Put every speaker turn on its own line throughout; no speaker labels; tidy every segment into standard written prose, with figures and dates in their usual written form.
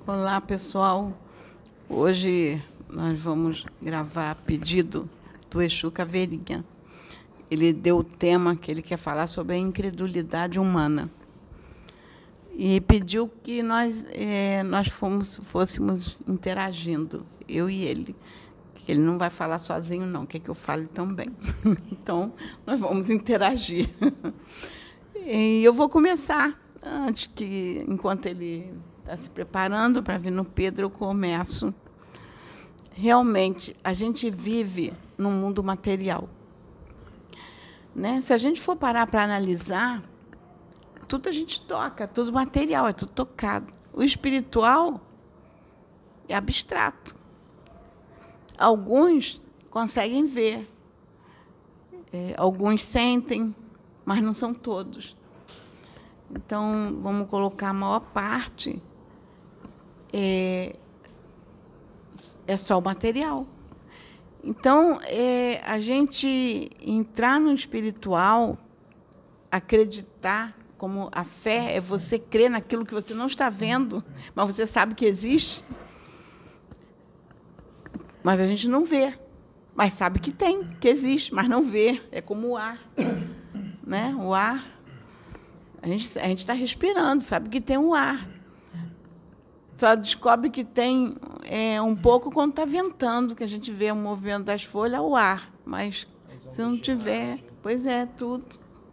Olá, pessoal. Hoje nós vamos gravar a pedido do Exu Caveirinha. Ele deu o tema que ele quer falar sobre a incredulidade humana. E pediu que nós fôssemos interagindo, eu e ele. Que ele não vai falar sozinho, não, quer que eu fale também. Então, nós vamos interagir. E eu vou começar, enquanto ele está se preparando para vir no Pedro, eu começo. Realmente, a gente vive num mundo material. Né? Se a gente for parar para analisar, tudo a gente toca, tudo material, é tudo tocado. O espiritual é abstrato. Alguns conseguem ver, alguns sentem, mas não são todos. Então, vamos colocar a maior parte é só o material. Então, a gente entrar no espiritual, acreditar, como a fé é você crer naquilo que você não está vendo, mas você sabe que existe. Mas a gente não vê, mas sabe que tem, que existe, mas não vê. É como o ar. Né? O ar, a gente está respirando, sabe que tem o ar. Só descobre que tem um pouco quando está ventando, que a gente vê o movimento das folhas, o ar. Mas se não tiver, pois é, tudo.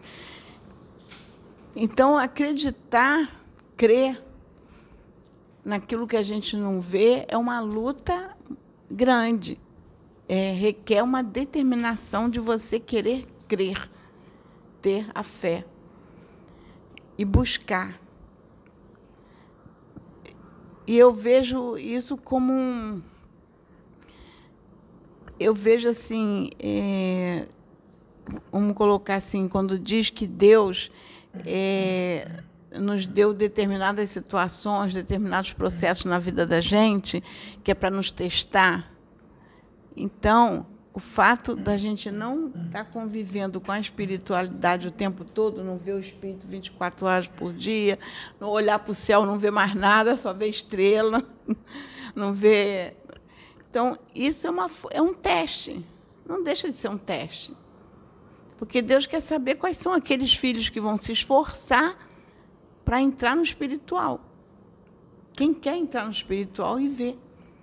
Então, acreditar, crer naquilo que a gente não vê é uma luta grande. Requer uma determinação de você querer crer, ter a fé e buscar. E eu vejo isso como eu vejo assim, vamos colocar assim, quando diz que Deus nos deu determinadas situações, determinados processos na vida da gente, que é para nos testar. Então, o fato da gente não estar convivendo com a espiritualidade o tempo todo, não ver o espírito 24 horas por dia, não olhar para o céu, não ver mais nada, só ver estrela, não ver. Então, isso é um teste, não deixa de ser um teste. Porque Deus quer saber quais são aqueles filhos que vão se esforçar para entrar no espiritual. Quem quer entrar no espiritual e ver?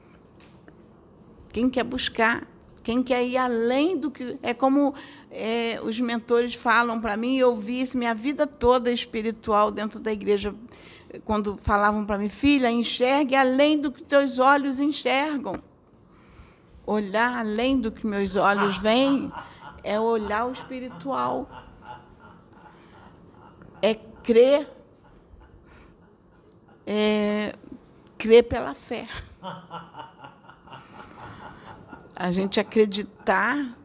Quem quer buscar? Quem quer ir além do que... É como os mentores falam para mim, eu vi isso minha vida toda espiritual dentro da igreja, quando falavam para mim, filha, enxergue além do que teus olhos enxergam. Olhar além do que meus olhos veem é olhar o espiritual. É crer. Crer pela fé. A gente acreditar.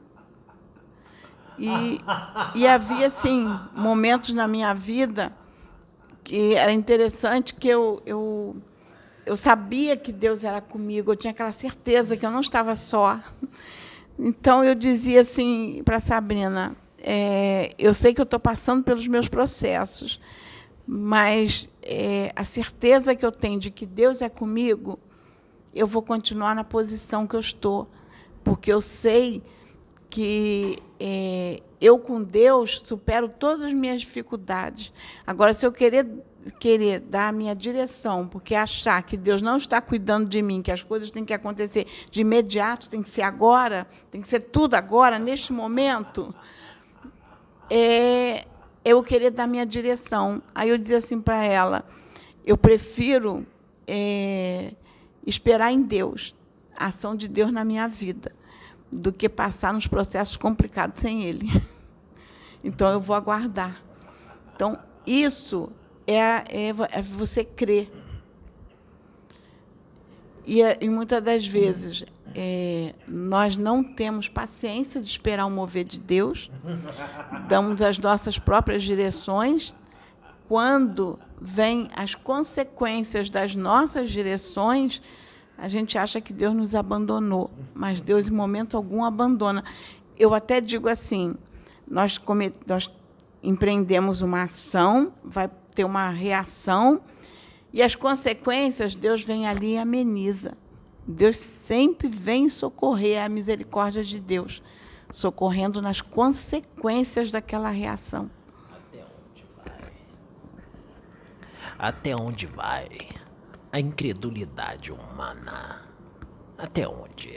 E havia, assim, momentos na minha vida que era interessante, que eu sabia que Deus era comigo, eu tinha aquela certeza que eu não estava só. Então, eu dizia assim para a Sabrina, eu sei que eu estou passando pelos meus processos, mas a certeza que eu tenho de que Deus é comigo, eu vou continuar na posição que eu estou, porque eu sei que eu, com Deus, supero todas as minhas dificuldades. Agora, se eu querer dar a minha direção, porque achar que Deus não está cuidando de mim, que as coisas têm que acontecer de imediato, tem que ser agora, tem que ser tudo agora, neste momento, eu querer dar a minha direção. Aí eu dizia assim para ela, eu prefiro esperar em Deus, a ação de Deus na minha vida, do que passar nos processos complicados sem Ele. Então, eu vou aguardar. Então, isso é você crer. E muitas das vezes, nós não temos paciência de esperar o mover de Deus, damos as nossas próprias direções. Quando vêm as consequências das nossas direções, a gente acha que Deus nos abandonou, mas Deus, em momento algum, abandona. Eu até digo assim, nós empreendemos uma ação, vai ter uma reação, E as consequências, Deus vem ali e ameniza. Deus sempre vem socorrer, é a misericórdia de Deus, socorrendo nas consequências daquela reação.
Até onde vai? Até onde vai a incredulidade humana? Até onde?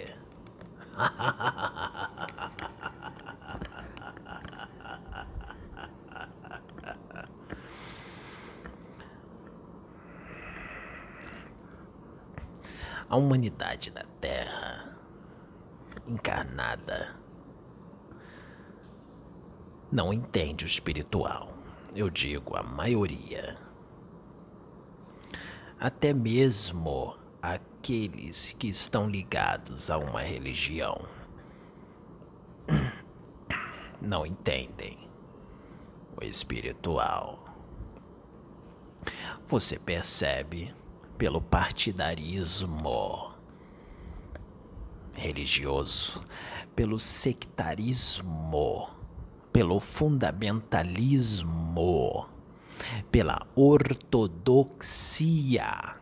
A humanidade da Terra encarnada não entende o espiritual. Eu digo a maioria. Até mesmo aqueles que estão ligados a uma religião não entendem o espiritual. Você percebe pelo partidarismo religioso, pelo sectarismo, pelo fundamentalismo, pela ortodoxia,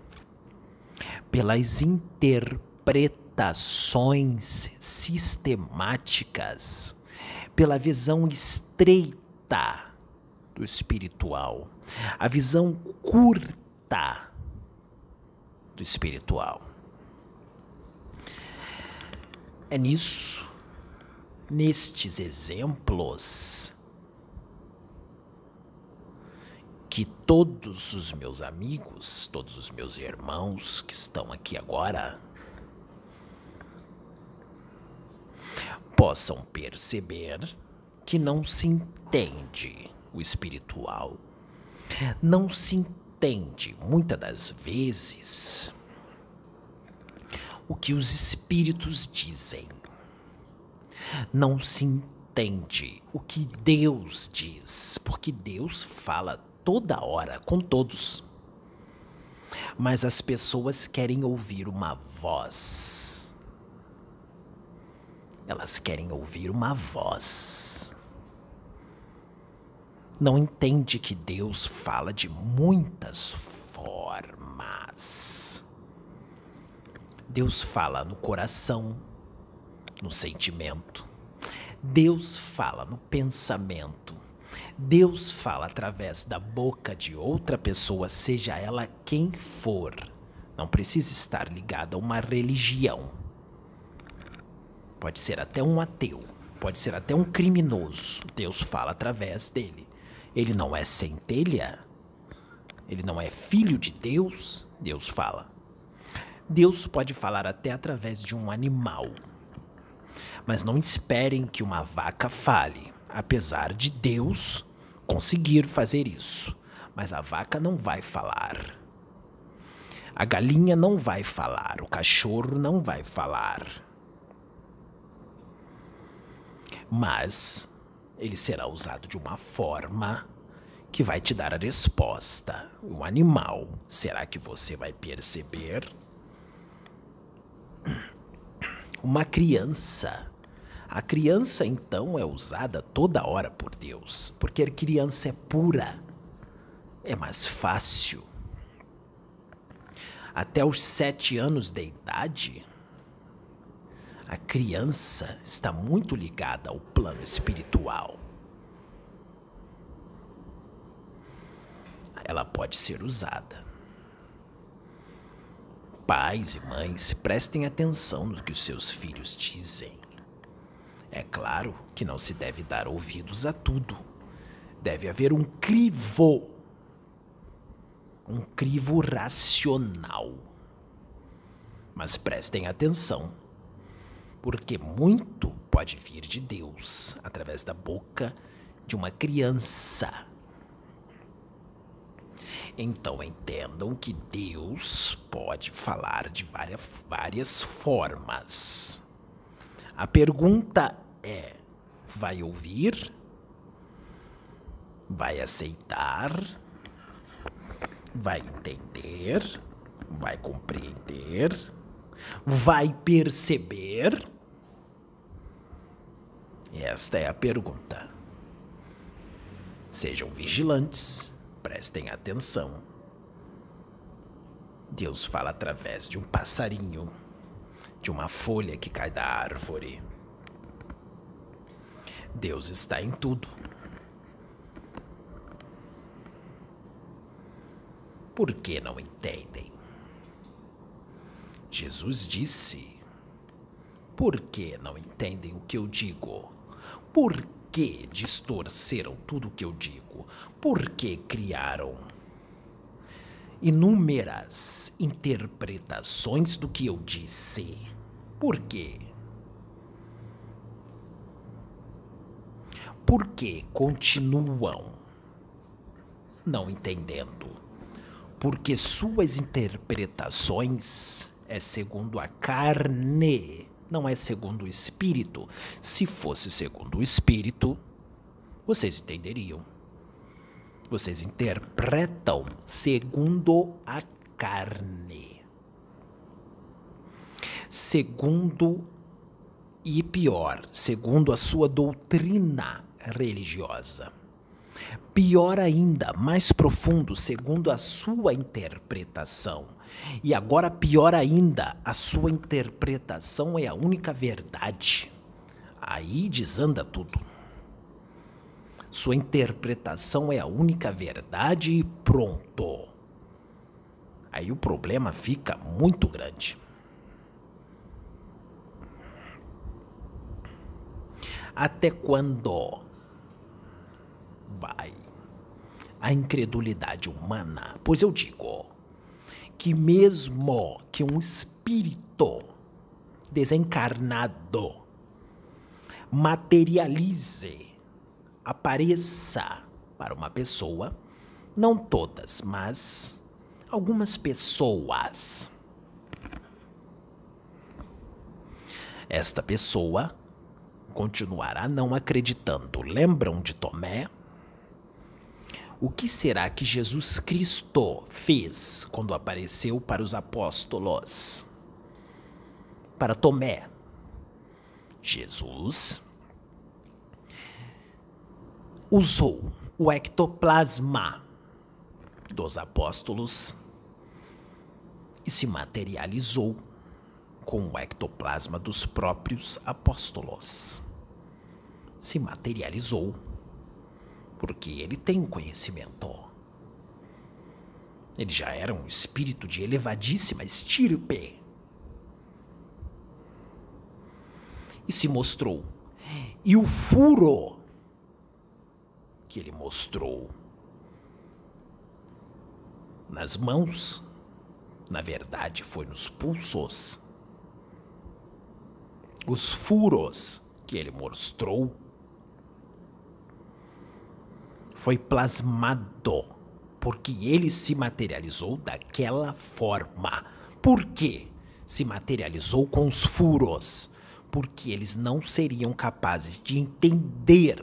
pelas interpretações sistemáticas, pela visão estreita do espiritual, a visão curta do espiritual. É nestes exemplos, que todos os meus amigos, todos os meus irmãos que estão aqui agora, possam perceber que não se entende o espiritual, não se entende, muitas das vezes, o que os espíritos dizem. Não se entende o que Deus diz, porque Deus fala toda hora com todos. Mas as pessoas querem ouvir uma voz. Elas querem ouvir uma voz. Não entende que Deus fala de muitas formas. Deus fala no coração, no sentimento. Deus fala no pensamento. Deus fala através da boca de outra pessoa, seja ela quem for. Não precisa estar ligada a uma religião. Pode ser até um ateu, pode ser até um criminoso. Deus fala através dele. Ele não é centelha? Ele não é filho de Deus? Deus fala. Deus pode falar até através de um animal. Mas não esperem que uma vaca fale, apesar de Deus conseguir fazer isso. Mas a vaca não vai falar. A galinha não vai falar, o cachorro não vai falar. Mas ele será usado de uma forma que vai te dar a resposta. O animal, será que você vai perceber? Uma criança. A criança, então, é usada toda hora por Deus, porque a criança é pura, é mais fácil. Até os 7 anos de idade, a criança está muito ligada ao plano espiritual. Ela pode ser usada. Pais e mães, prestem atenção no que os seus filhos dizem. É claro que não se deve dar ouvidos a tudo. Deve haver um crivo racional. Mas prestem atenção, porque muito pode vir de Deus através da boca de uma criança. Então entendam que Deus pode falar de várias formas. A pergunta é: vai ouvir? Vai aceitar? Vai entender? Vai compreender? Vai perceber? Esta é a pergunta. Sejam vigilantes, prestem atenção. Deus fala através de um passarinho, de uma folha que cai da árvore. Deus está em tudo. Por que não entendem? Jesus disse: por que não entendem o que eu digo? Por que distorceram tudo o que eu digo? Por que criaram inúmeras interpretações do que eu disse? Por quê? Por que continuam não entendendo? Porque suas interpretações é segundo a carne, não é segundo o Espírito. Se fosse segundo o Espírito, vocês entenderiam. Vocês interpretam segundo a carne. Segundo, e pior, segundo a sua doutrina religiosa. Pior ainda, mais profundo, segundo a sua interpretação. E agora, pior ainda, a sua interpretação é a única verdade. Aí desanda tudo. Sua interpretação é a única verdade e pronto. Aí o problema fica muito grande. Até quando vai a incredulidade humana? Pois eu digo que mesmo que um espírito desencarnado materialize, apareça para uma pessoa, não todas, mas algumas pessoas, esta pessoa continuará não acreditando. Lembram de Tomé? O que será que Jesus Cristo fez quando apareceu para os apóstolos? Para Tomé, Jesus usou o ectoplasma dos apóstolos e se materializou com o ectoplasma dos próprios apóstolos. Se materializou porque ele tem um conhecimento. Ele já era um espírito de elevadíssima estirpe. E se mostrou. E o furo que ele mostrou nas mãos, na verdade, foi nos pulsos. Os furos que ele mostrou foi plasmado porque ele se materializou daquela forma. Por quê? Se materializou com os furos, porque eles não seriam capazes de entender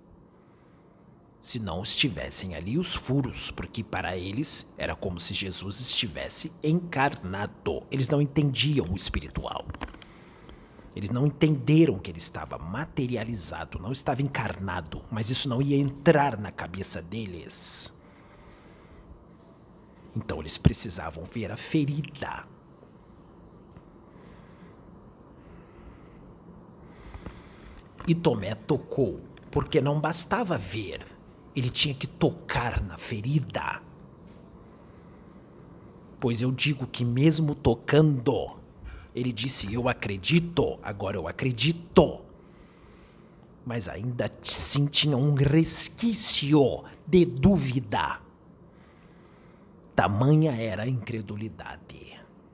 se não estivessem ali os furos, porque para eles era como se Jesus estivesse encarnado. Eles não entendiam o espiritual. Eles não entenderam que ele estava materializado, não estava encarnado, mas isso não ia entrar na cabeça deles. Então eles precisavam ver a ferida. E Tomé tocou, porque não bastava ver, ele tinha que tocar na ferida. Pois eu digo que mesmo tocando, ele disse, eu acredito, agora eu acredito. Mas ainda assim tinha um resquício de dúvida. Tamanha era a incredulidade.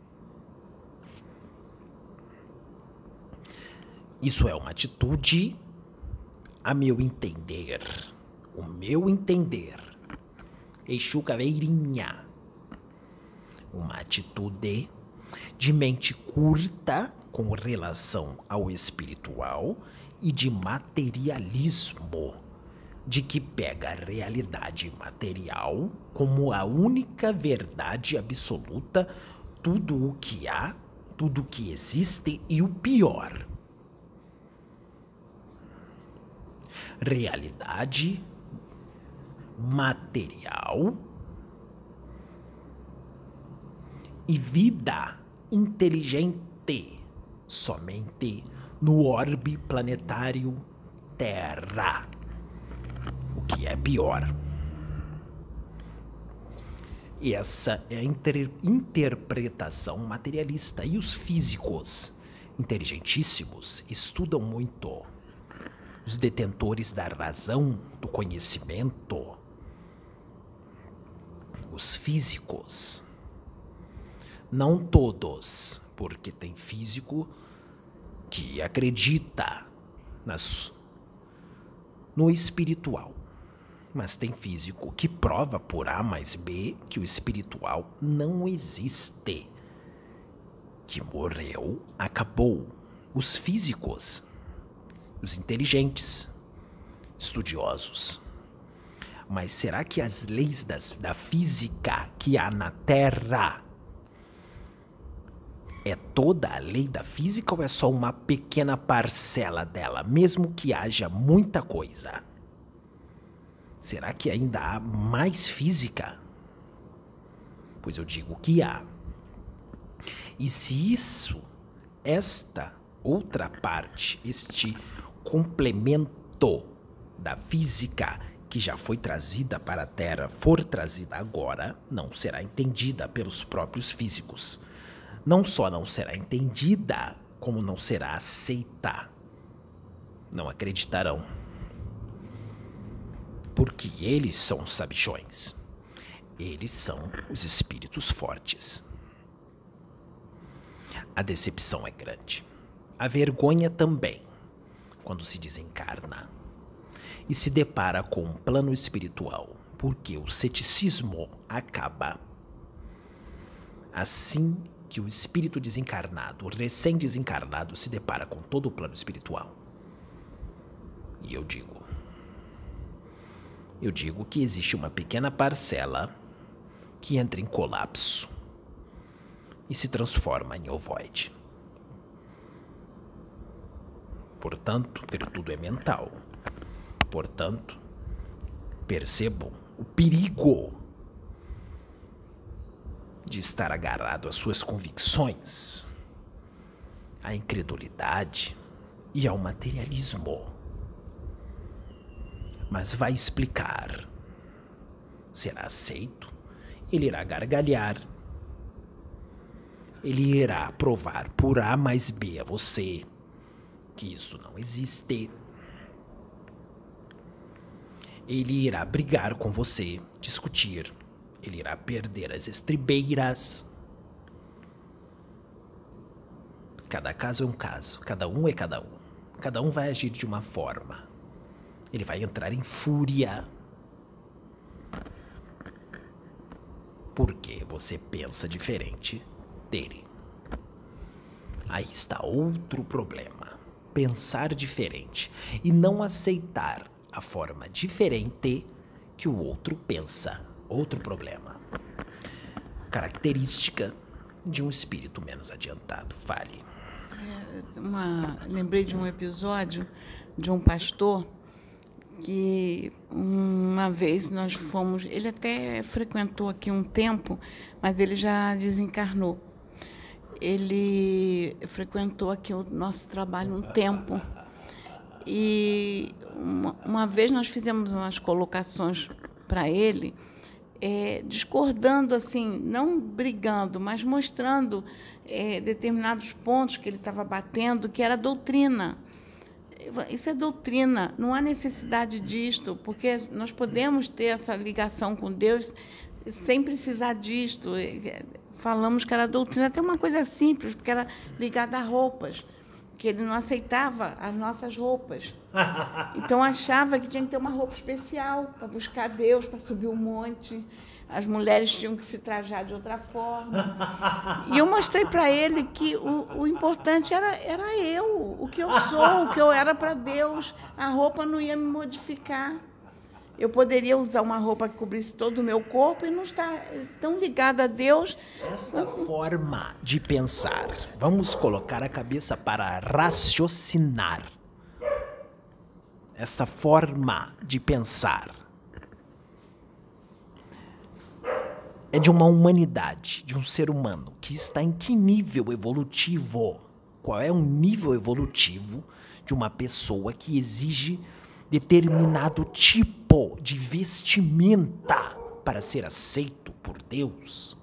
Isso é uma atitude, a meu entender, o meu entender, Exu Caveirinha, uma atitude de mente curta com relação ao espiritual e de materialismo, de que pega a realidade material como a única verdade absoluta, tudo o que há, tudo o que existe e o pior. Realidade material e vida inteligente somente no orbe planetário Terra, o que é pior. E essa é a interpretação materialista. E os físicos inteligentíssimos estudam muito. Os detentores da razão, do conhecimento. Os físicos. Não todos, porque tem físico que acredita no espiritual. Mas tem físico que prova por A mais B que o espiritual não existe. Que morreu, acabou. Os físicos, os inteligentes, estudiosos. Mas será que as leis da física que há na Terra é toda a lei da física ou é só uma pequena parcela dela, mesmo que haja muita coisa? Será que ainda há mais física? Pois eu digo que há. E se esta outra parte, este complemento da física que já foi trazida para a Terra, for trazida agora, não será entendida pelos próprios físicos. Não só não será entendida, como não será aceita. Não acreditarão. Porque eles são os sabichões. Eles são os espíritos fortes. A decepção é grande. A vergonha também, quando se desencarna e se depara com um plano espiritual, porque o ceticismo acaba assim que o espírito desencarnado, o recém-desencarnado, se depara com todo o plano espiritual. E eu digo que existe uma pequena parcela que entra em colapso e se transforma em ovoide. Portanto, porque tudo é mental. Portanto, percebam o perigo de estar agarrado às suas convicções, à incredulidade e ao materialismo. Mas vai explicar. Será aceito. Ele irá gargalhar. Ele irá provar por A mais B a você que isso não existe. Ele irá brigar com você, discutir. Ele irá perder as estribeiras. Cada caso é um caso. Cada um é cada um. Cada um vai agir de uma forma. Ele vai entrar em fúria. Porque você pensa diferente dele. Aí está outro problema. Pensar diferente e não aceitar a forma diferente que o outro pensa. Outro problema. Característica de um espírito menos adiantado. Fale.
Lembrei de um episódio de um pastor que uma vez nós fomos... Ele até frequentou aqui um tempo, mas ele já desencarnou. Ele frequentou aqui o nosso trabalho um tempo. E uma vez nós fizemos umas colocações para ele, discordando, assim, não brigando, mas mostrando determinados pontos que ele estava batendo, que era doutrina. Isso é doutrina, não há necessidade disto, porque nós podemos ter essa ligação com Deus sem precisar disto. Falamos que era doutrina, até uma coisa simples, porque era ligada a roupas, que ele não aceitava as nossas roupas. Então, achava que tinha que ter uma roupa especial para buscar Deus, para subir o monte. As mulheres tinham que se trajar de outra forma. E eu mostrei para ele que o importante era eu, o que eu sou, o que eu era para Deus. A roupa não ia me modificar. Eu poderia usar uma roupa que cobrisse todo o meu corpo e não estar tão ligada a Deus.
Esta forma de pensar, vamos colocar a cabeça para raciocinar. Esta forma de pensar é de uma humanidade, de um ser humano que está em que nível evolutivo? Qual é o nível evolutivo de uma pessoa que exige determinado tipo de vestimenta para ser aceito por Deus?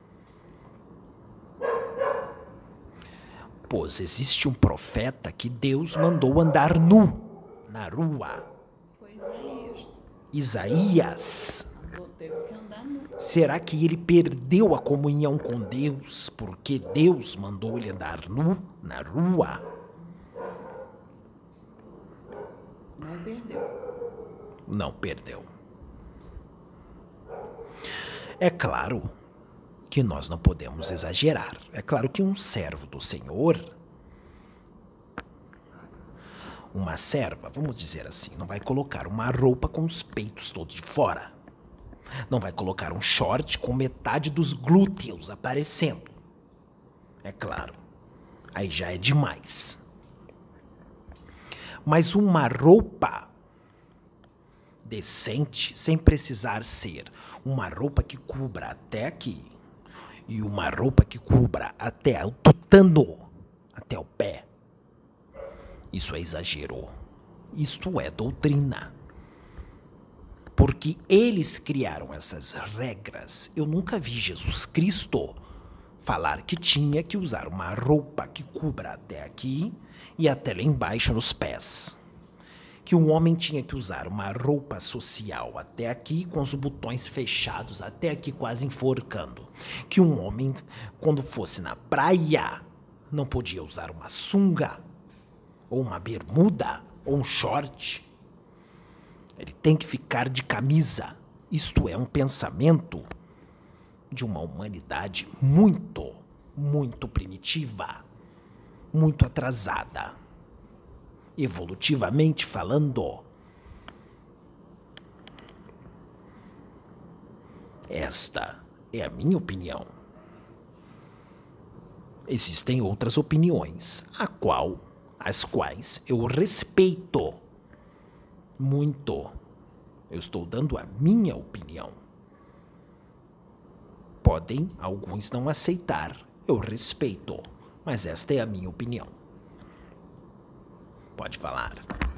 Pois existe um profeta que Deus mandou andar nu na rua.
Foi Isaías.
Isaías.
Teve que andar nu.
Será que ele perdeu a comunhão com Deus porque Deus mandou ele andar nu na rua?
Não perdeu.
Não perdeu. É claro que nós não podemos exagerar. É claro que um servo do Senhor, uma serva, vamos dizer assim, não vai colocar uma roupa com os peitos todos de fora. Não vai colocar um short com metade dos glúteos aparecendo. É claro, aí já é demais. Mas uma roupa decente, sem precisar ser uma roupa que cubra até aqui e uma roupa que cubra até o tutano, até o pé, isso é exagero. Isto é doutrina. Porque eles criaram essas regras. Eu nunca vi Jesus Cristo falar que tinha que usar uma roupa que cubra até aqui e até lá embaixo nos pés. Que um homem tinha que usar uma roupa social até aqui com os botões fechados até aqui quase enforcando. Que um homem, quando fosse na praia, não podia usar uma sunga, ou uma bermuda, ou um short. Ele tem que ficar de camisa. Isto é um pensamento de uma humanidade muito, muito primitiva, muito atrasada. Evolutivamente falando. Esta é a minha opinião. Existem outras opiniões, as quais eu respeito muito. Eu estou dando a minha opinião. Podem alguns não aceitar, eu respeito, mas esta é a minha opinião. Pode falar.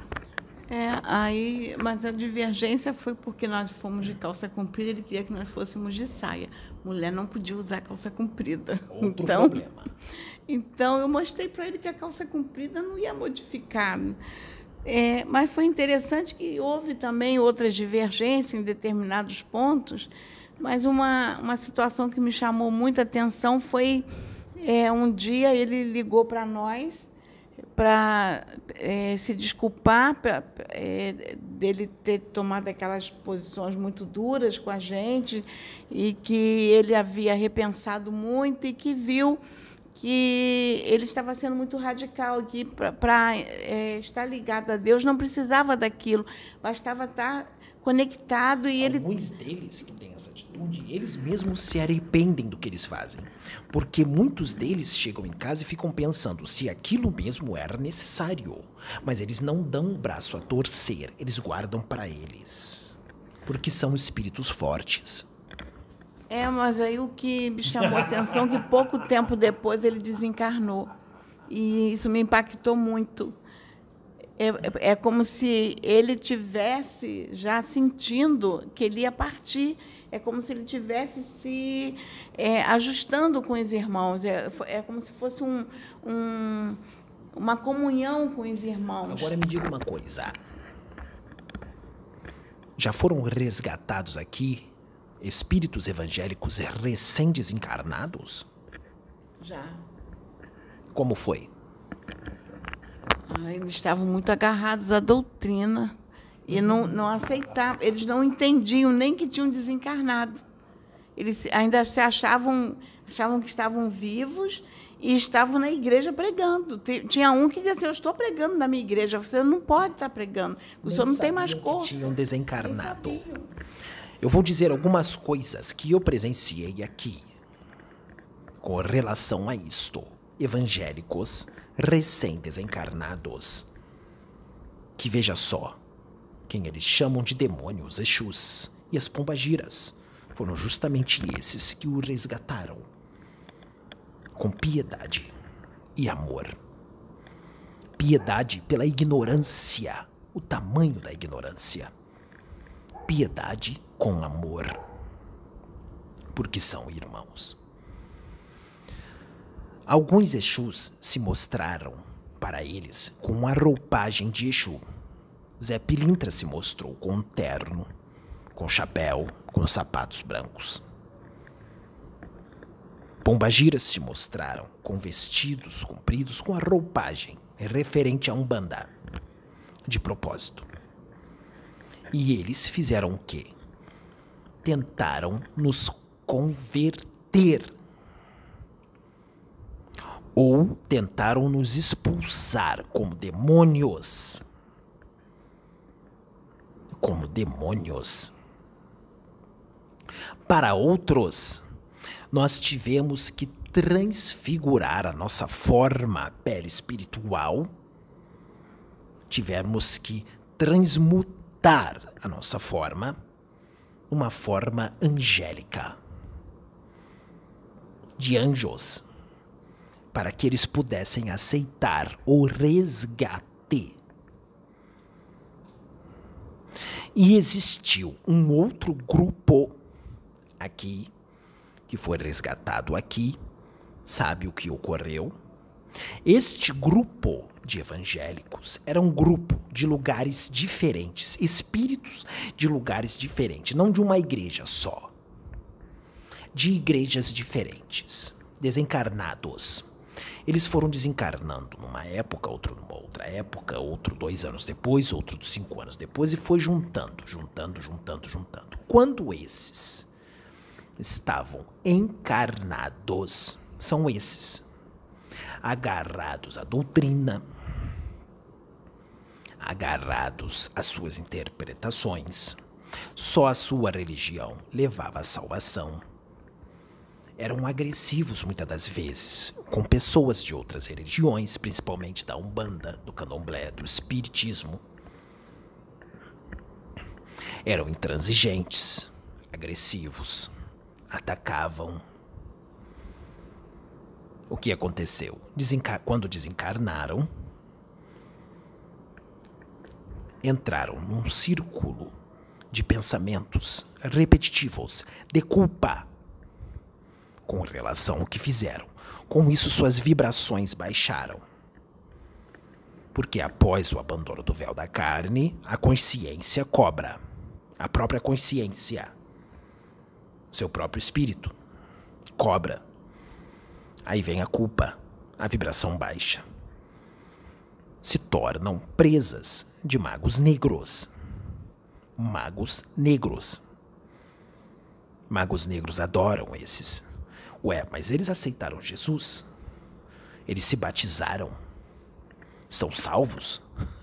Mas a divergência foi porque nós fomos de calça comprida, ele queria que nós fôssemos de saia. Mulher não podia usar calça comprida.
Outro problema.
Então, eu mostrei para ele que a calça comprida não ia modificar. Mas foi interessante que houve também outras divergências em determinados pontos, mas uma situação que me chamou muita atenção foi, um dia ele ligou para nós, para se desculpar dele ter tomado aquelas posições muito duras com a gente e que ele havia repensado muito e que viu que ele estava sendo muito radical, que para estar ligado a Deus não precisava daquilo, bastava estar conectado. E
alguns deles que têm essa atitude, eles mesmos se arrependem do que eles fazem. Porque muitos deles chegam em casa e ficam pensando se aquilo mesmo era necessário. Mas eles não dão o braço a torcer, eles guardam para eles. Porque são espíritos fortes.
Mas aí o que me chamou a atenção é que pouco tempo depois ele desencarnou. E isso me impactou muito. É como se ele tivesse já sentindo que ele ia partir. É como se ele tivesse se ajustando com os irmãos. É como se fosse uma comunhão com os irmãos.
Agora me diga uma coisa. Já foram resgatados aqui espíritos evangélicos recém-desencarnados?
Já.
Como foi?
Eles estavam muito agarrados à doutrina e não aceitavam. Eles não entendiam nem que tinham desencarnado. Eles ainda se achavam que estavam vivos e estavam na igreja pregando. Tinha um que dizia assim: eu estou pregando na minha igreja, você não pode estar pregando, o senhor não tem mais cor.
Tinham desencarnado. Eu vou dizer algumas coisas que eu presenciei aqui com relação a isto. Evangélicos recém-desencarnados. Que veja só, quem eles chamam de demônios, Exus e as pombagiras. Foram justamente esses que o resgataram, com piedade e amor. Piedade pela ignorância, o tamanho da ignorância. Piedade com amor, porque são irmãos. Alguns Exus se mostraram para eles com a roupagem de Exu. Zé Pilintra se mostrou com um terno, com chapéu, com sapatos brancos. Pombagiras se mostraram com vestidos compridos com a roupagem referente a Umbanda, de propósito. E eles fizeram o quê? Tentaram nos converter. Ou tentaram nos expulsar como demônios. Como demônios. Para outros, nós tivemos que transfigurar a nossa forma perispiritual. Tivemos que transmutar a nossa forma uma forma angélica, de anjos, para que eles pudessem aceitar o resgate. E existiu um outro grupo aqui, que foi resgatado aqui. Sabe o que ocorreu? Este grupo de evangélicos era um grupo de lugares diferentes, espíritos de lugares diferentes, não de uma igreja só. De igrejas diferentes, desencarnados. Eles foram desencarnando numa época, outro numa outra época, outro 2 anos depois, outro 5 anos depois, e foi juntando. Quando esses estavam encarnados, são esses, agarrados à doutrina, agarrados às suas interpretações, só a sua religião levava à salvação. Eram agressivos muitas das vezes com pessoas de outras religiões, principalmente da Umbanda, do Candomblé, do Espiritismo. Eram intransigentes, agressivos, atacavam. O que aconteceu? Quando desencarnaram, entraram num círculo de pensamentos repetitivos, de culpa, com relação ao que fizeram. Com isso, suas vibrações baixaram. Porque após o abandono do véu da carne, a consciência cobra. A própria consciência, seu próprio espírito, cobra. Aí vem a culpa, a vibração baixa. Se tornam presas de magos negros. Magos negros. Magos negros adoram esses. Ué, mas eles aceitaram Jesus? Eles se batizaram? São salvos?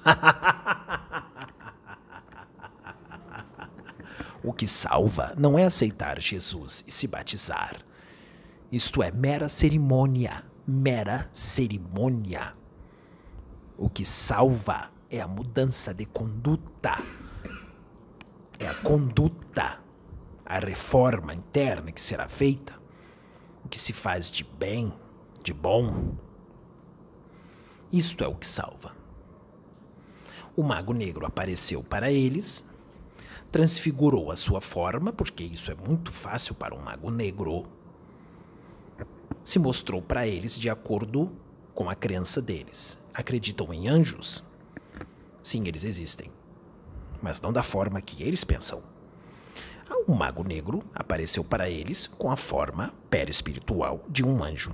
O que salva não é aceitar Jesus e se batizar. Isto é mera cerimônia, mera cerimônia. O que salva é a mudança de conduta. É a conduta, a reforma interna que será feita. O que se faz de bem, de bom. Isto é o que salva. O mago negro apareceu para eles, transfigurou a sua forma, porque isso é muito fácil para um mago negro. Se mostrou para eles de acordo com a crença deles. Acreditam em anjos? Sim, eles existem, mas não da forma que eles pensam. O mago negro apareceu para eles com a forma perispiritual de um anjo.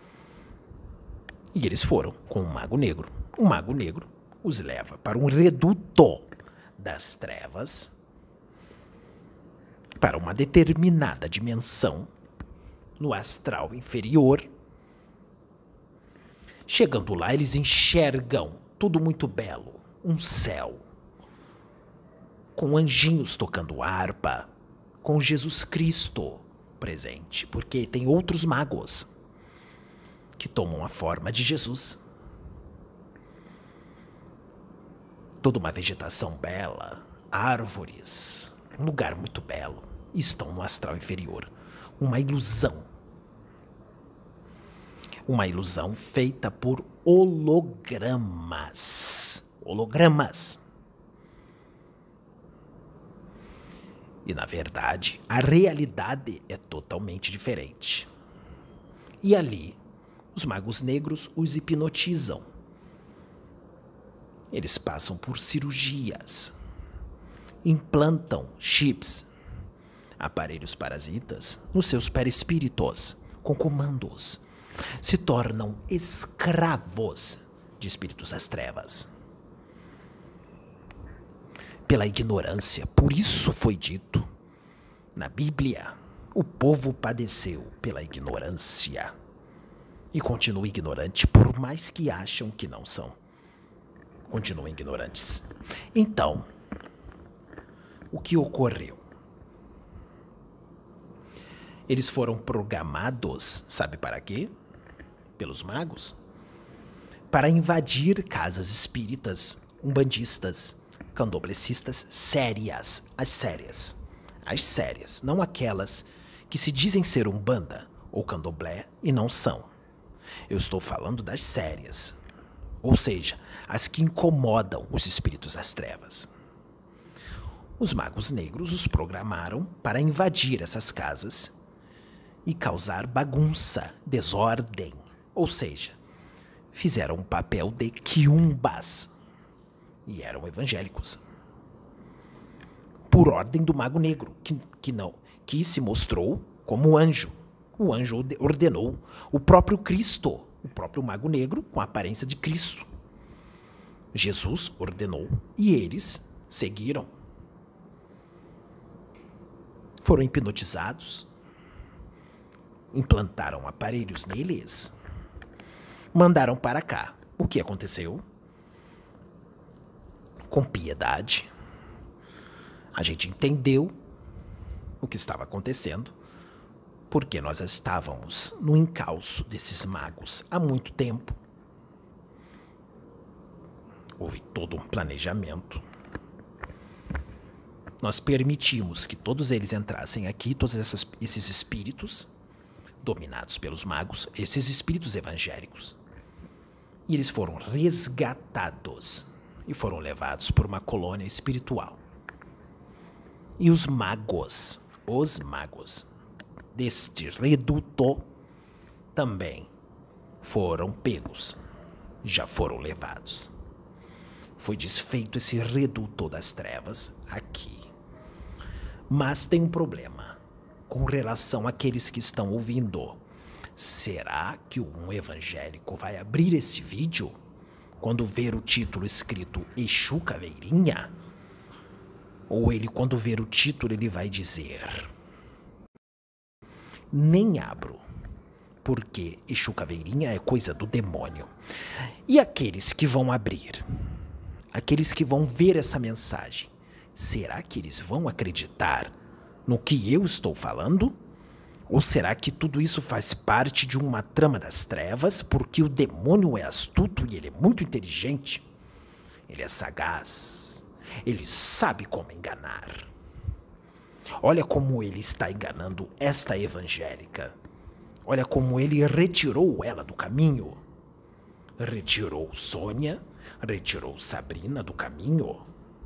E eles foram com o mago negro. O mago negro os leva para um reduto das trevas, para uma determinada dimensão no astral inferior. Chegando lá, eles enxergam tudo muito belo, um céu, com anjinhos tocando harpa, com Jesus Cristo presente, porque tem outros magos que tomam a forma de Jesus. Toda uma vegetação bela, árvores, um lugar muito belo. e estão no astral inferior. Uma ilusão. Uma ilusão feita por hologramas. Hologramas. E, na verdade, a realidade é totalmente diferente. E ali, os magos negros os hipnotizam. Eles passam por cirurgias, implantam chips, aparelhos parasitas, nos seus perispíritos, com comandos. Se tornam escravos de espíritos das trevas. Pela ignorância, por isso foi dito na Bíblia, o povo padeceu pela ignorância e continua ignorante, por mais que acham que não são. Continuam ignorantes. Então, o que ocorreu? Eles foram programados, sabe para quê? Pelos magos? Para invadir casas espíritas, umbandistas, candoblecistas sérias, as sérias, não aquelas que se dizem ser umbanda ou candomblé e não são. Eu estou falando das sérias, ou seja, as que incomodam os espíritos das trevas. Os magos negros os programaram para invadir essas casas e causar bagunça, desordem, ou seja, fizeram um papel de quiumbas. E eram evangélicos. Por ordem do mago negro, que se mostrou como anjo. O anjo ordenou o próprio Cristo, o próprio mago negro com a aparência de Cristo. Jesus ordenou e eles seguiram. Foram hipnotizados, implantaram aparelhos neles, mandaram para cá. O que aconteceu? Com piedade, a gente entendeu o que estava acontecendo, porque nós estávamos no encalço desses magos há muito tempo. Houve todo um planejamento. Nós permitimos que todos eles entrassem aqui, todos esses espíritos dominados pelos magos, esses espíritos evangélicos. E eles foram resgatados e foram levados por uma colônia espiritual. E os magos deste reduto também foram pegos, já foram levados. Foi desfeito esse reduto das trevas aqui. Mas tem um problema com relação àqueles que estão ouvindo. Será que um evangélico vai abrir esse vídeo quando ver o título escrito Exu Caveirinha? Ou ele, quando ver o título, ele vai dizer: nem abro, porque Exu Caveirinha é coisa do demônio. E aqueles que vão abrir, aqueles que vão ver essa mensagem, será que eles vão acreditar no que eu estou falando? Ou será que tudo isso faz parte de uma trama das trevas, porque o demônio é astuto e ele é muito inteligente? Ele é sagaz. Ele sabe como enganar. Olha como ele está enganando esta evangélica. Olha como ele retirou ela do caminho. Retirou Sônia, retirou Sabrina do caminho.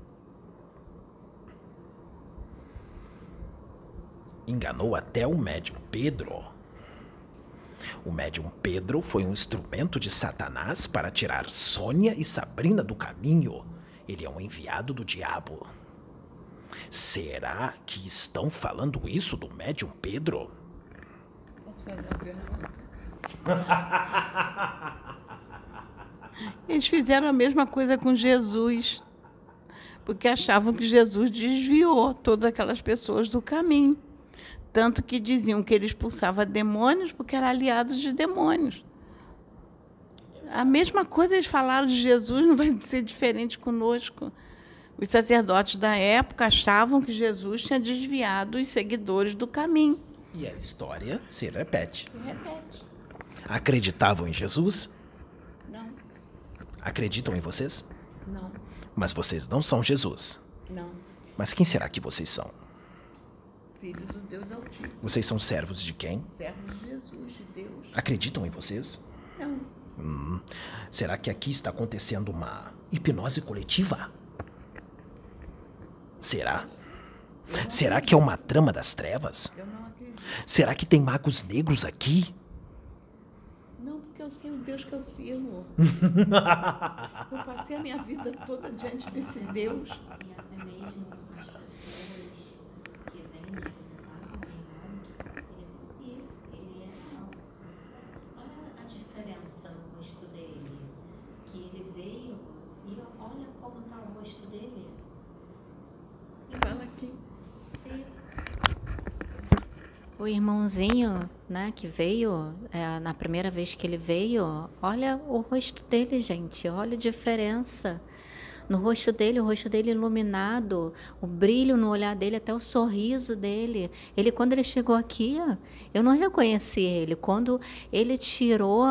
Enganou até o médium Pedro. O médium Pedro foi um instrumento de Satanás para tirar Sônia e Sabrina do caminho. Ele é um enviado do diabo. Será que estão falando isso do médium Pedro?
Posso fazer uma pergunta? Eles fizeram a mesma coisa com Jesus, porque achavam que Jesus desviou todas aquelas pessoas do caminho. Tanto que diziam que ele expulsava demônios porque era aliado de demônios. A mesma coisa eles falaram de Jesus, não vai ser diferente conosco. Os sacerdotes da época achavam que Jesus tinha desviado os seguidores do caminho.
E a história se repete.
Se repete.
Acreditavam em Jesus?
Não.
Acreditam em vocês?
Não.
Mas vocês não são Jesus.
Não.
Mas quem será que vocês são?
filhos do Deus Altíssimo.
Vocês são servos de quem?
Servos de Jesus, de Deus.
Acreditam em vocês?
Não.
Será que aqui está acontecendo uma hipnose coletiva? Será? Será que é uma trama das trevas?
Eu não acredito.
Será que tem magos negros aqui?
Não, porque eu sei o Deus que eu sirvo. Eu passei a minha vida toda diante desse Deus.
E até mesmo as pessoas que vêm me visitar o meu irmão, ele é. Olha a diferença no rosto dele. Que ele veio e olha como está o rosto dele.
Fala aqui.
O irmãozinho, né, que veio, na primeira vez que ele veio, olha o rosto dele, gente, olha a diferença. No rosto dele, o rosto dele iluminado, o brilho no olhar dele, até o sorriso dele. Ele, quando ele chegou aqui, eu não reconheci ele. Quando ele tirou,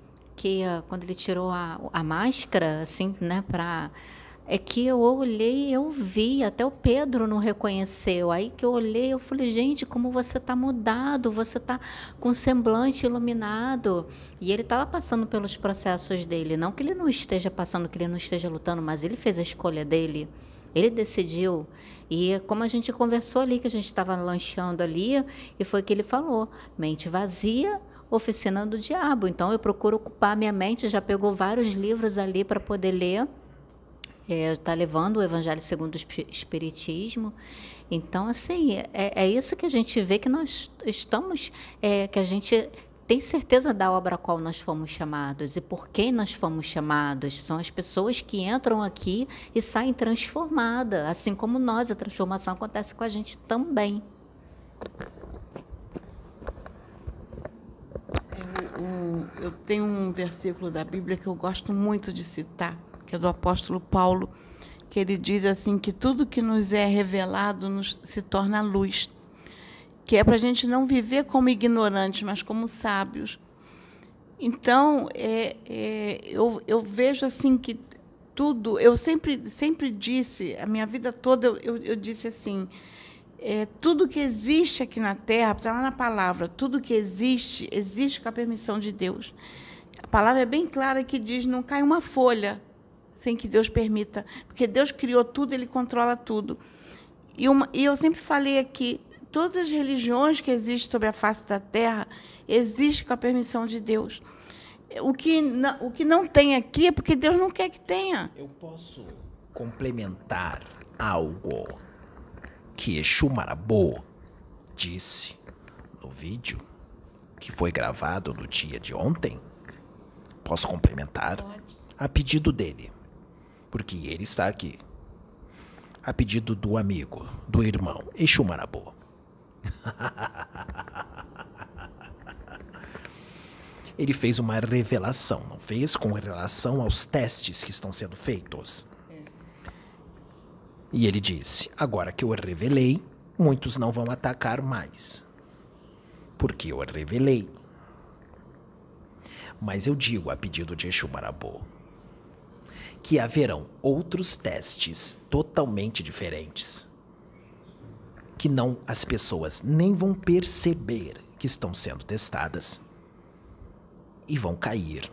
a máscara, assim, né, é que eu olhei e eu vi, até o Pedro não reconheceu. Aí que eu olhei, eu falei, gente, como você está mudado, você está com semblante iluminado. E ele estava passando pelos processos dele, não que ele não esteja passando, que ele não esteja lutando, mas ele fez a escolha dele, ele decidiu. E como a gente conversou ali, que a gente estava lanchando ali, e foi que ele falou, mente vazia, oficina do diabo. Então eu procuro ocupar minha mente, já pegou vários livros ali para poder ler. Está levando o Evangelho segundo o Espiritismo. Então, assim, é isso que a gente vê que nós estamos, que a gente tem certeza da obra a qual nós fomos chamados e por quem nós fomos chamados. São as pessoas que entram aqui e saem transformadas, assim como nós, a transformação acontece com a gente também.
Eu tenho um versículo da Bíblia que eu gosto muito de citar, que é do apóstolo Paulo, que ele diz assim, que tudo que nos é revelado se torna luz, que é para a gente não viver como ignorantes, mas como sábios. Então, eu vejo assim que tudo, eu sempre disse, a minha vida toda eu disse assim, tudo que existe aqui na Terra, está lá na palavra, tudo que existe, existe com a permissão de Deus. A palavra é bem clara que diz, não cai uma folha sem que Deus permita, porque Deus criou tudo, Ele controla tudo. E eu sempre falei aqui, todas as religiões que existem sobre a face da Terra, existem com a permissão de Deus. O que não tem aqui é porque Deus não quer que tenha.
Eu posso complementar algo que Exu Marabô disse no vídeo que foi gravado no dia de ontem? Posso complementar?
Pode.
A pedido dele. Porque ele está aqui. A pedido do amigo, do irmão, Exu Marabô. Ele fez uma revelação, não fez? Com relação aos testes que estão sendo feitos. E ele disse, agora que eu revelei, muitos não vão atacar mais. Porque eu revelei. Mas eu digo, a pedido de Exu Marabô, que haverão outros testes totalmente diferentes, que não as pessoas nem vão perceber que estão sendo testadas e vão cair.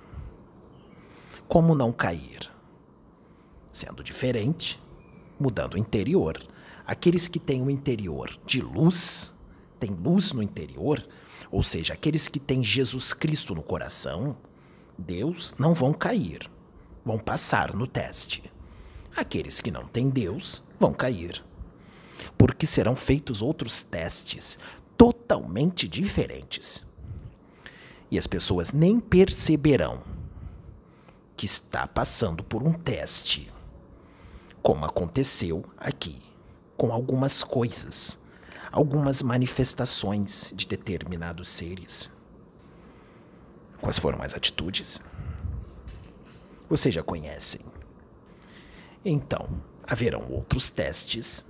Como não cair? Sendo diferente, mudando o interior. Aqueles que têm um interior de luz, têm luz no interior, ou seja, aqueles que têm Jesus Cristo no coração, Deus, não vão cair. Vão passar no teste. Aqueles que não têm Deus vão cair. Porque serão feitos outros testes totalmente diferentes. E as pessoas nem perceberão que está passando por um teste, como aconteceu aqui, com algumas coisas, algumas manifestações de determinados seres. Quais foram as atitudes? Vocês já conhecem. Então, haverão outros testes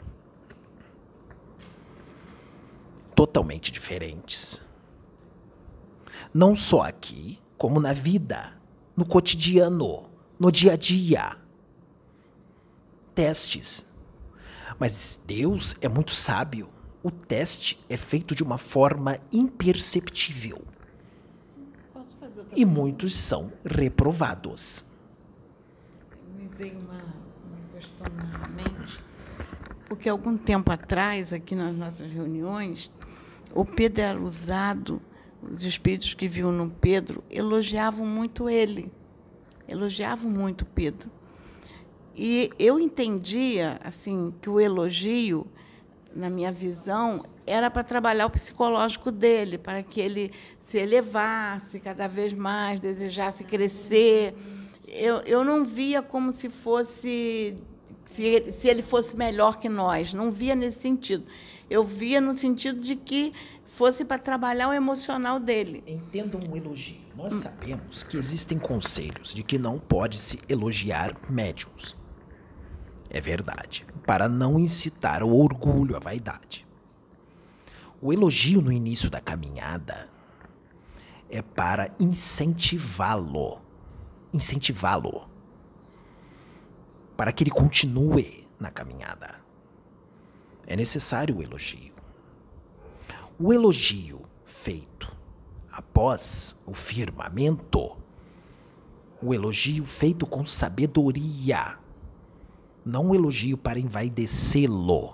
totalmente diferentes. Não só aqui, como na vida, no cotidiano, no dia a dia. Testes. Mas Deus é muito sábio. o teste é feito de uma forma imperceptível.
Posso fazer outra
E muitos são reprovados.
Me veio uma questão na mente, porque algum tempo atrás, aqui nas nossas reuniões, o Pedro era usado, os espíritos que viam no Pedro elogiavam muito ele, elogiavam muito Pedro. E eu entendia assim que o elogio, na minha visão, era para trabalhar o psicológico dele, para que ele se elevasse cada vez mais, desejasse crescer. Eu não via como se fosse, se ele fosse melhor que nós, não via nesse sentido. Eu via no sentido de que fosse para trabalhar o emocional dele.
Entendam um elogio. Nós sabemos que existem conselhos de que não pode se elogiar médiuns. É verdade. Para não incitar o orgulho, a vaidade. O elogio no início da caminhada é para incentivá-lo. Incentivá-lo. Para que ele continue na caminhada. É necessário o elogio. O elogio feito após o firmamento, o elogio feito com sabedoria, não o elogio para envaidecê-lo,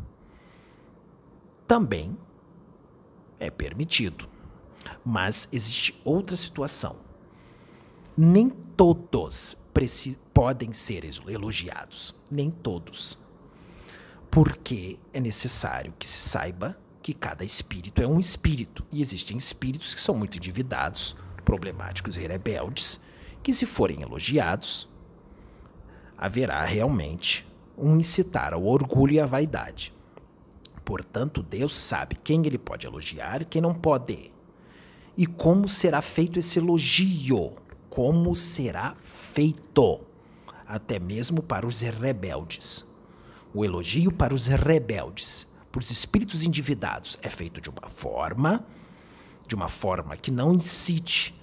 também é permitido. Mas existe outra situação. Nem todos podem ser elogiados. Nem todos. Porque é necessário que se saiba que cada espírito é um espírito. E existem espíritos que são muito endividados, problemáticos e rebeldes, que se forem elogiados, haverá realmente um incitar ao orgulho e à vaidade. Portanto, Deus sabe quem ele pode elogiar e quem não pode. E como será feito esse elogio? Como será feito? Até mesmo para os rebeldes. O elogio para os rebeldes, para os espíritos endividados, é feito de uma forma que não incite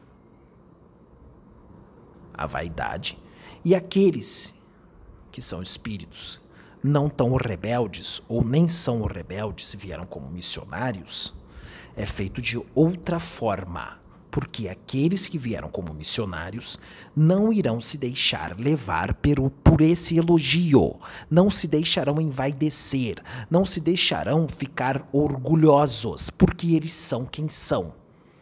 a vaidade. E aqueles que são espíritos não tão rebeldes, ou nem são rebeldes, vieram como missionários, é feito de outra forma. Porque aqueles que vieram como missionários não irão se deixar levar por esse elogio, não se deixarão envaidecer, não se deixarão ficar orgulhosos, porque eles são quem são.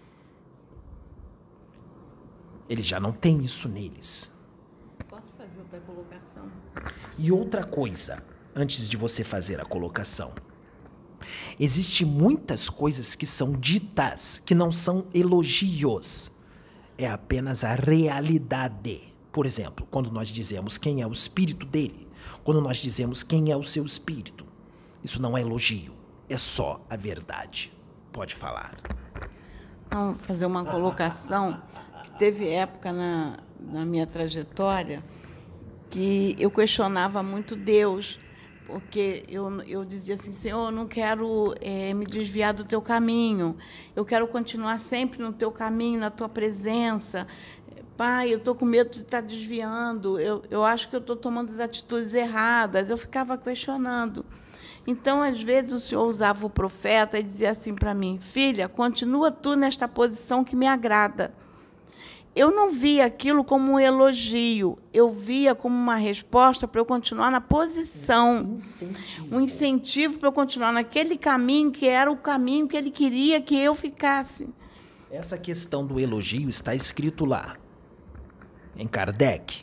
Eles já não têm isso neles.
Posso fazer outra colocação?
E outra coisa, antes de você fazer a colocação. Existem muitas coisas que são ditas, que não são elogios. É apenas a realidade. Por exemplo, quando nós dizemos quem é o espírito dele, quando nós dizemos quem é o seu espírito, isso não é elogio, é só a verdade. Pode falar.
Então, fazer uma colocação, que teve época na minha trajetória que eu questionava muito Deus, porque eu dizia assim, Senhor, eu não quero me desviar do teu caminho, eu quero continuar sempre no teu caminho, na tua presença. Pai, eu estou com medo de estar desviando, eu acho que eu estou tomando as atitudes erradas. Eu ficava questionando. Então, às vezes, o Senhor usava o profeta e dizia assim para mim, filha, continua tu nesta posição que me agrada. Eu não via aquilo como um elogio, eu via como uma resposta para eu continuar na posição. Um incentivo para eu continuar naquele caminho que era o caminho que ele queria que eu ficasse.
Essa questão do elogio está escrito lá, em Kardec.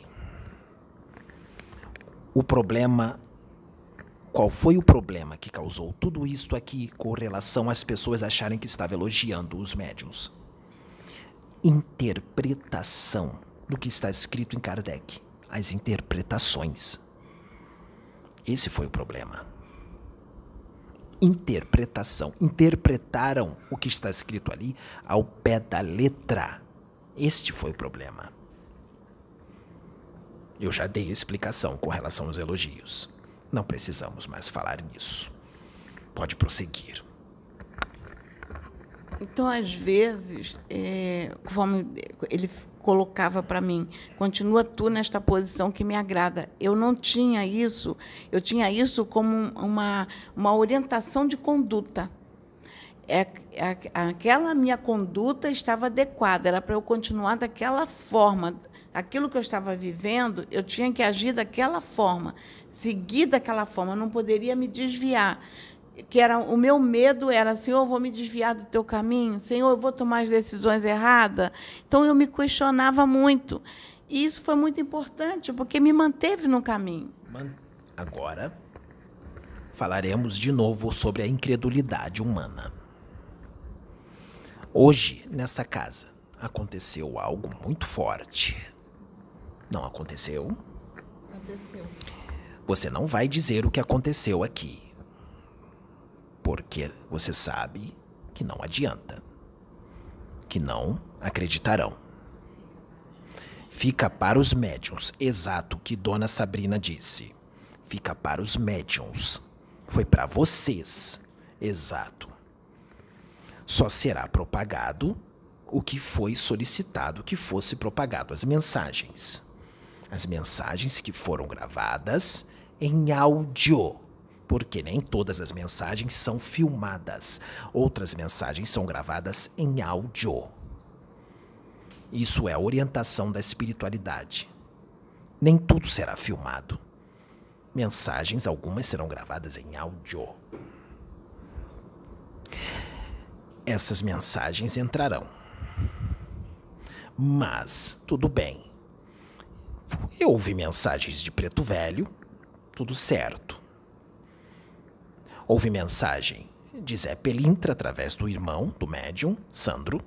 O problema, qual foi o problema que causou tudo isto aqui com relação às pessoas acharem que estava elogiando os médiuns? Interpretação do que está escrito em Kardec. As interpretações. Esse foi o problema. Interpretação. Interpretaram o que está escrito ali ao pé da letra. Este foi o problema. Eu já dei a explicação com relação aos elogios. Não precisamos mais falar nisso. Pode prosseguir. Então,
às vezes, conforme ele colocava para mim: continua tu nesta posição que me agrada. Eu não tinha isso, eu tinha isso como uma orientação de conduta. Aquela minha conduta estava adequada, era para eu continuar daquela forma. Aquilo que eu estava vivendo, eu tinha que agir daquela forma, seguir daquela forma, eu não poderia me desviar. O meu medo era: Senhor, eu vou me desviar do teu caminho, Senhor, eu vou tomar as decisões erradas. Então, eu me questionava muito. E isso foi muito importante, porque me manteve no caminho.
Agora, falaremos de novo sobre a incredulidade humana. Hoje, nesta casa, aconteceu algo muito forte. Não aconteceu?
Aconteceu.
Você não vai dizer o que aconteceu aqui, porque você sabe que não adianta, que não acreditarão. Fica para os médiuns, exato o que Dona Sabrina disse. Fica para os médiuns. Foi para vocês, exato. Só será propagado o que foi solicitado que fosse propagado, as mensagens. As mensagens que foram gravadas em áudio, porque nem todas as mensagens são filmadas. Outras mensagens são gravadas em áudio. Isso é a orientação da espiritualidade. Nem tudo será filmado. Mensagens, algumas serão gravadas em áudio. Essas mensagens entrarão. Mas, tudo bem. Eu ouvi mensagens de Preto Velho, tudo certo. Houve mensagem de Zé Pelintra, através do irmão, do médium, Sandro.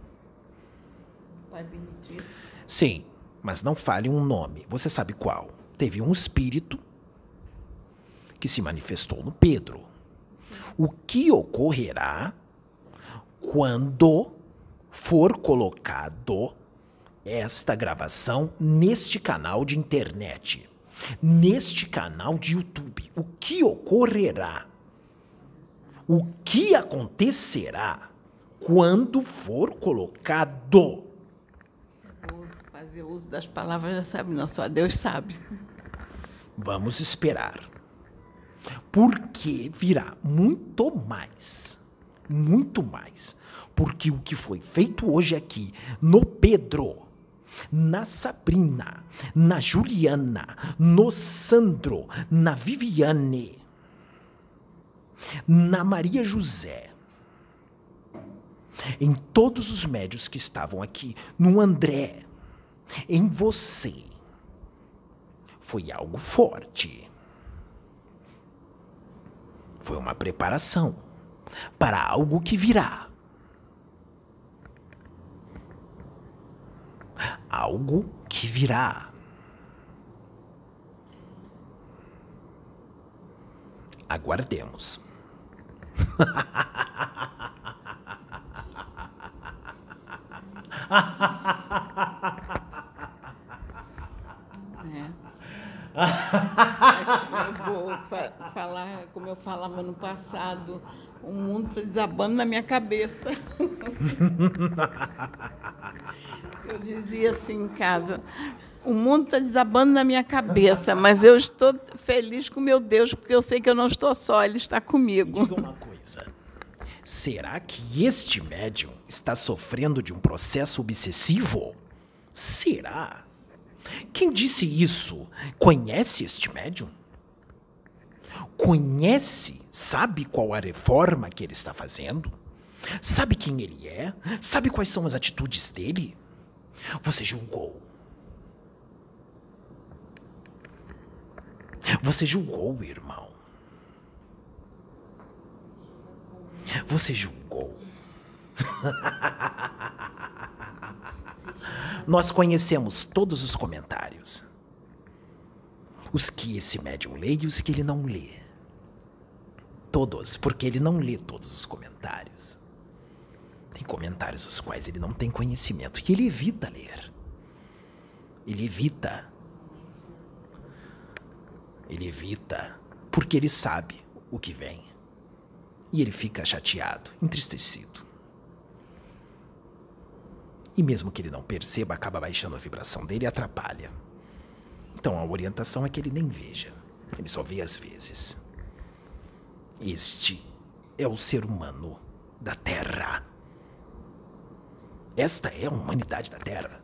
Pai Benedito.
Sim, mas não fale um nome. Você sabe qual? Teve um espírito que se manifestou no Pedro. O que ocorrerá quando for colocado esta gravação neste canal de internet, neste canal de YouTube? O que ocorrerá? O que acontecerá quando for colocado?
Vou fazer uso das palavras, já sabe, não, só Deus sabe.
Vamos esperar. Porque virá muito mais. Muito mais. Porque o que foi feito hoje aqui no Pedro, na Sabrina, na Juliana, no Sandro, na Viviane, na Maria José, em todos os médios que estavam aqui, no André, em você, foi algo forte. Foi uma preparação para algo que virá. Algo que virá. Aguardemos.
Eu vou falar como eu falava no passado: o mundo está desabando na minha cabeça. Eu dizia assim em casa: o mundo está desabando na minha cabeça, mas eu estou feliz com meu Deus, porque eu sei que eu não estou só, Ele está comigo.
Diga uma coisa. Será que este médium está sofrendo de um processo obsessivo? Será? Quem disse isso? Conhece este médium? Conhece? Sabe qual a reforma que ele está fazendo? Sabe quem ele é? Sabe quais são as atitudes dele? Você julgou. Você julgou, irmão. Você julgou. Nós conhecemos todos os comentários. Os que esse médium lê e os que ele não lê. Todos, porque ele não lê todos os comentários. Tem comentários os quais ele não tem conhecimento e ele evita ler. Ele evita. Ele evita porque ele sabe o que vem. E ele fica chateado, entristecido. E mesmo que ele não perceba, acaba baixando a vibração dele e atrapalha. Então a orientação é que ele nem veja. Ele só vê às vezes. Este é o ser humano da Terra. Esta é a humanidade da Terra.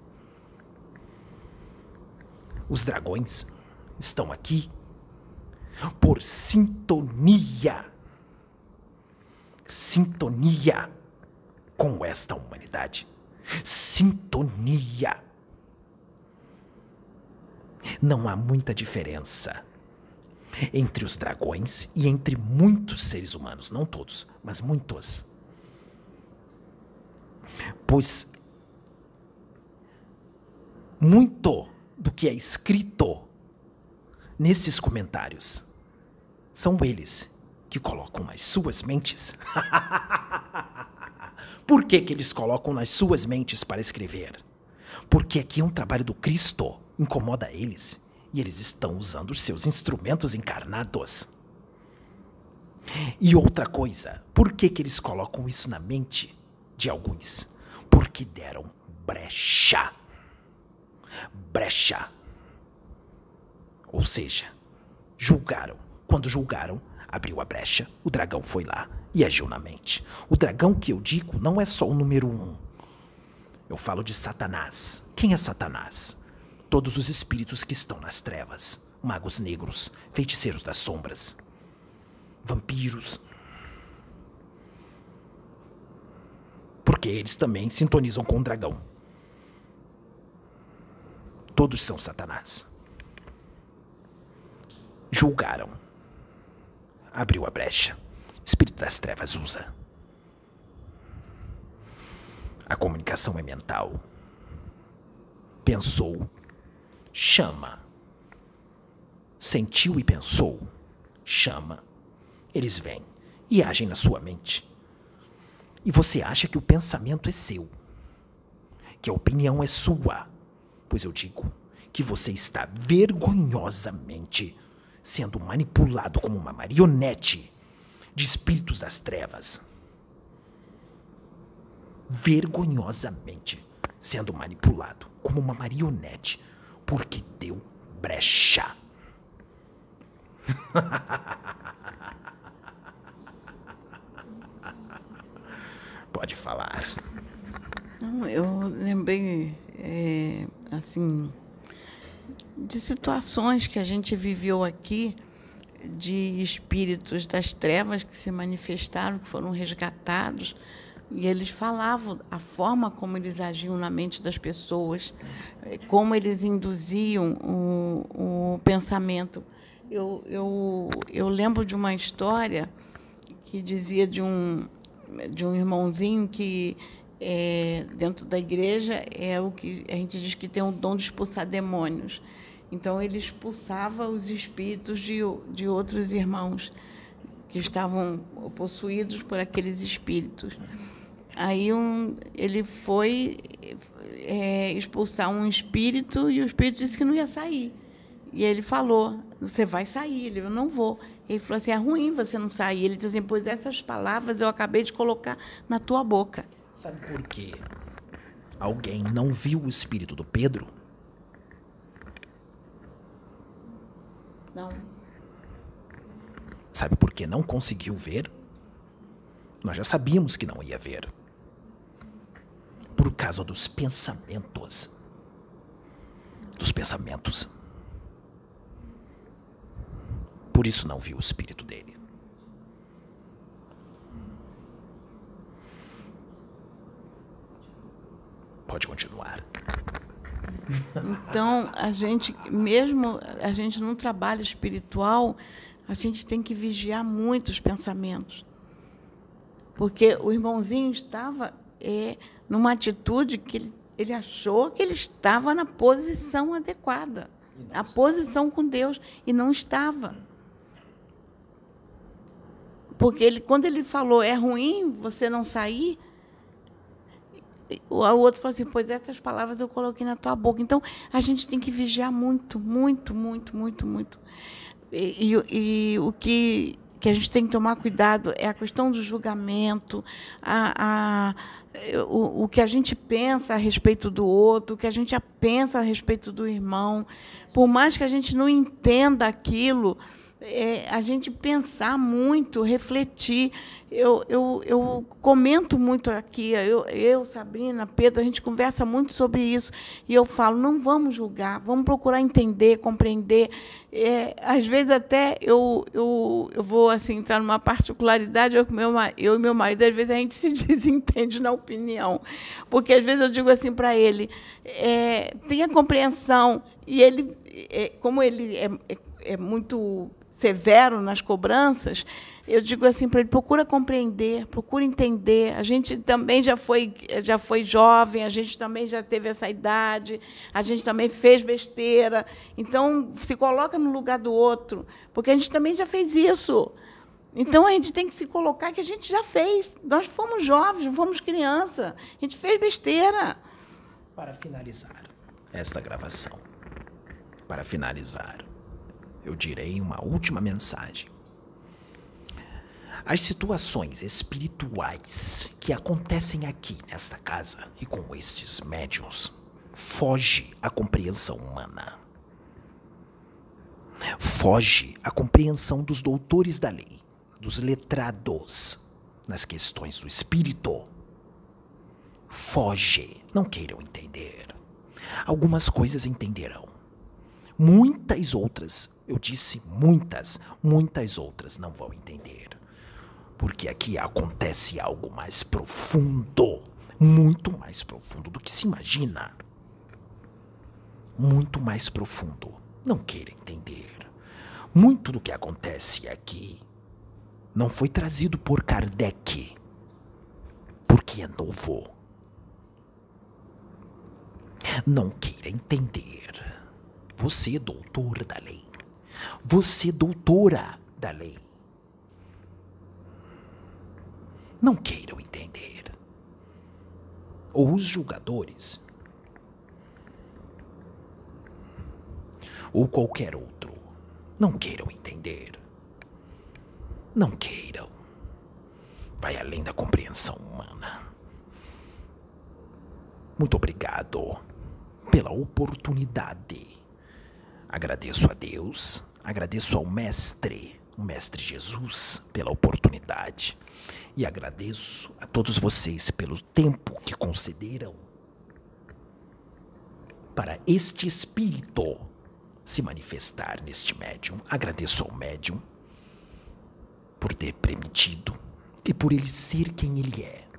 Os dragões estão aqui por sintonia. Sintonia com esta humanidade. Sintonia. Não há muita diferença entre os dragões e entre muitos seres humanos. Não todos, mas muitos. Pois muito do que é escrito nesses comentários são eles que colocam nas suas mentes. Por que eles colocam nas suas mentes para escrever? Porque aqui é um trabalho do Cristo, incomoda eles, e eles estão usando os seus instrumentos encarnados. E outra coisa, por que eles colocam isso na mente de alguns? Porque deram brecha. Brecha. Ou seja, julgaram. Quando julgaram, abriu a brecha, o dragão foi lá e agiu na mente. O dragão que eu digo não é só o número 1. Eu falo de Satanás. Quem é Satanás? Todos os espíritos que estão nas trevas. Magos negros, feiticeiros das sombras, vampiros. Porque eles também sintonizam com o dragão. Todos são Satanás. Julgaram. Abriu a brecha. Espírito das trevas usa. A comunicação é mental. Pensou, chama. Sentiu e pensou, chama. Eles vêm e agem na sua mente. E você acha que o pensamento é seu, que a opinião é sua. Pois eu digo que você está vergonhosamente sendo manipulado como uma marionete de espíritos das trevas. Vergonhosamente sendo manipulado como uma marionete porque deu brecha. Pode falar.
Eu lembrei, assim, de situações que a gente viveu aqui, de espíritos das trevas que se manifestaram, que foram resgatados, e eles falavam a forma como eles agiam na mente das pessoas, como eles induziam o pensamento. Eu lembro de uma história que dizia de um irmãozinho que, dentro da igreja, é o que a gente diz que tem o dom de expulsar demônios. Então, ele expulsava os espíritos de outros irmãos que estavam possuídos por aqueles espíritos. Aí ele foi expulsar um espírito e o espírito disse que não ia sair. E ele falou, você vai sair. Ele falou, eu não vou. Ele falou assim, é ruim você não sair. Ele disse assim, pois essas palavras eu acabei de colocar na tua boca.
Sabe por quê? Alguém não viu o espírito do Pedro?
Não.
Sabe por que não conseguiu ver? Nós já sabíamos que não ia ver. Por causa dos pensamentos. Dos pensamentos. Por isso não viu o espírito dele. Pode continuar.
Então, mesmo a gente num trabalho espiritual, a gente tem que vigiar muito os pensamentos. Porque o irmãozinho estava numa atitude que ele achou que ele estava na posição adequada, a posição com Deus, e não estava. Porque quando ele falou, é ruim você não sair, o outro falou assim, pois essas palavras eu coloquei na tua boca. Então, a gente tem que vigiar muito, muito, muito, muito, muito. E o que que a gente tem que tomar cuidado é a questão do julgamento, o que a gente pensa a respeito do outro, o que a gente pensa a respeito do irmão. Por mais que a gente não entenda aquilo, a gente pensar muito, refletir. Eu comento muito aqui, eu, Sabrina, Pedro, a gente conversa muito sobre isso, e eu falo, não vamos julgar, vamos procurar entender, compreender. Às vezes até eu vou assim, entrar numa particularidade, eu e meu marido, às vezes a gente se desentende na opinião, porque às vezes eu digo assim para ele, tenha compreensão, e ele, como ele é muito severo nas cobranças, eu digo assim para ele, procura compreender, procura entender. A gente também já foi jovem, a gente também já teve essa idade, a gente também fez besteira. Então, se coloca no lugar do outro, porque a gente também já fez isso. Então, a gente tem que se colocar que a gente já fez. Nós fomos jovens, fomos criança, a gente fez besteira.
Para finalizar esta gravação, eu direi uma última mensagem. As situações espirituais que acontecem aqui nesta casa e com estes médiuns foge à compreensão humana. Foge à compreensão dos doutores da lei, dos letrados nas questões do espírito. Foge, não queiram entender. Algumas coisas entenderão. Muitas outras, eu disse muitas outras não vão entender. Porque aqui acontece algo mais profundo, muito mais profundo do que se imagina. Muito mais profundo. Não queira entender. Muito do que acontece aqui não foi trazido por Kardec, porque é novo. Não queira entender. Você, doutor da lei. Você, doutora da lei. Não queiram entender. Ou os julgadores, ou qualquer outro, não queiram entender. Não queiram. Vai além da compreensão humana. Muito obrigado pela oportunidade. Agradeço a Deus, agradeço ao Mestre, o Mestre Jesus, pela oportunidade. E agradeço a todos vocês pelo tempo que concederam para este espírito se manifestar neste médium. Agradeço ao médium por ter permitido e por ele ser quem ele é.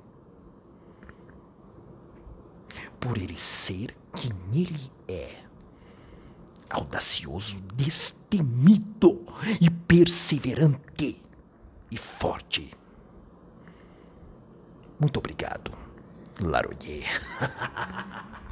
Por ele ser quem ele é. Audacioso, destemido e perseverante e forte. Muito obrigado, Laroyer.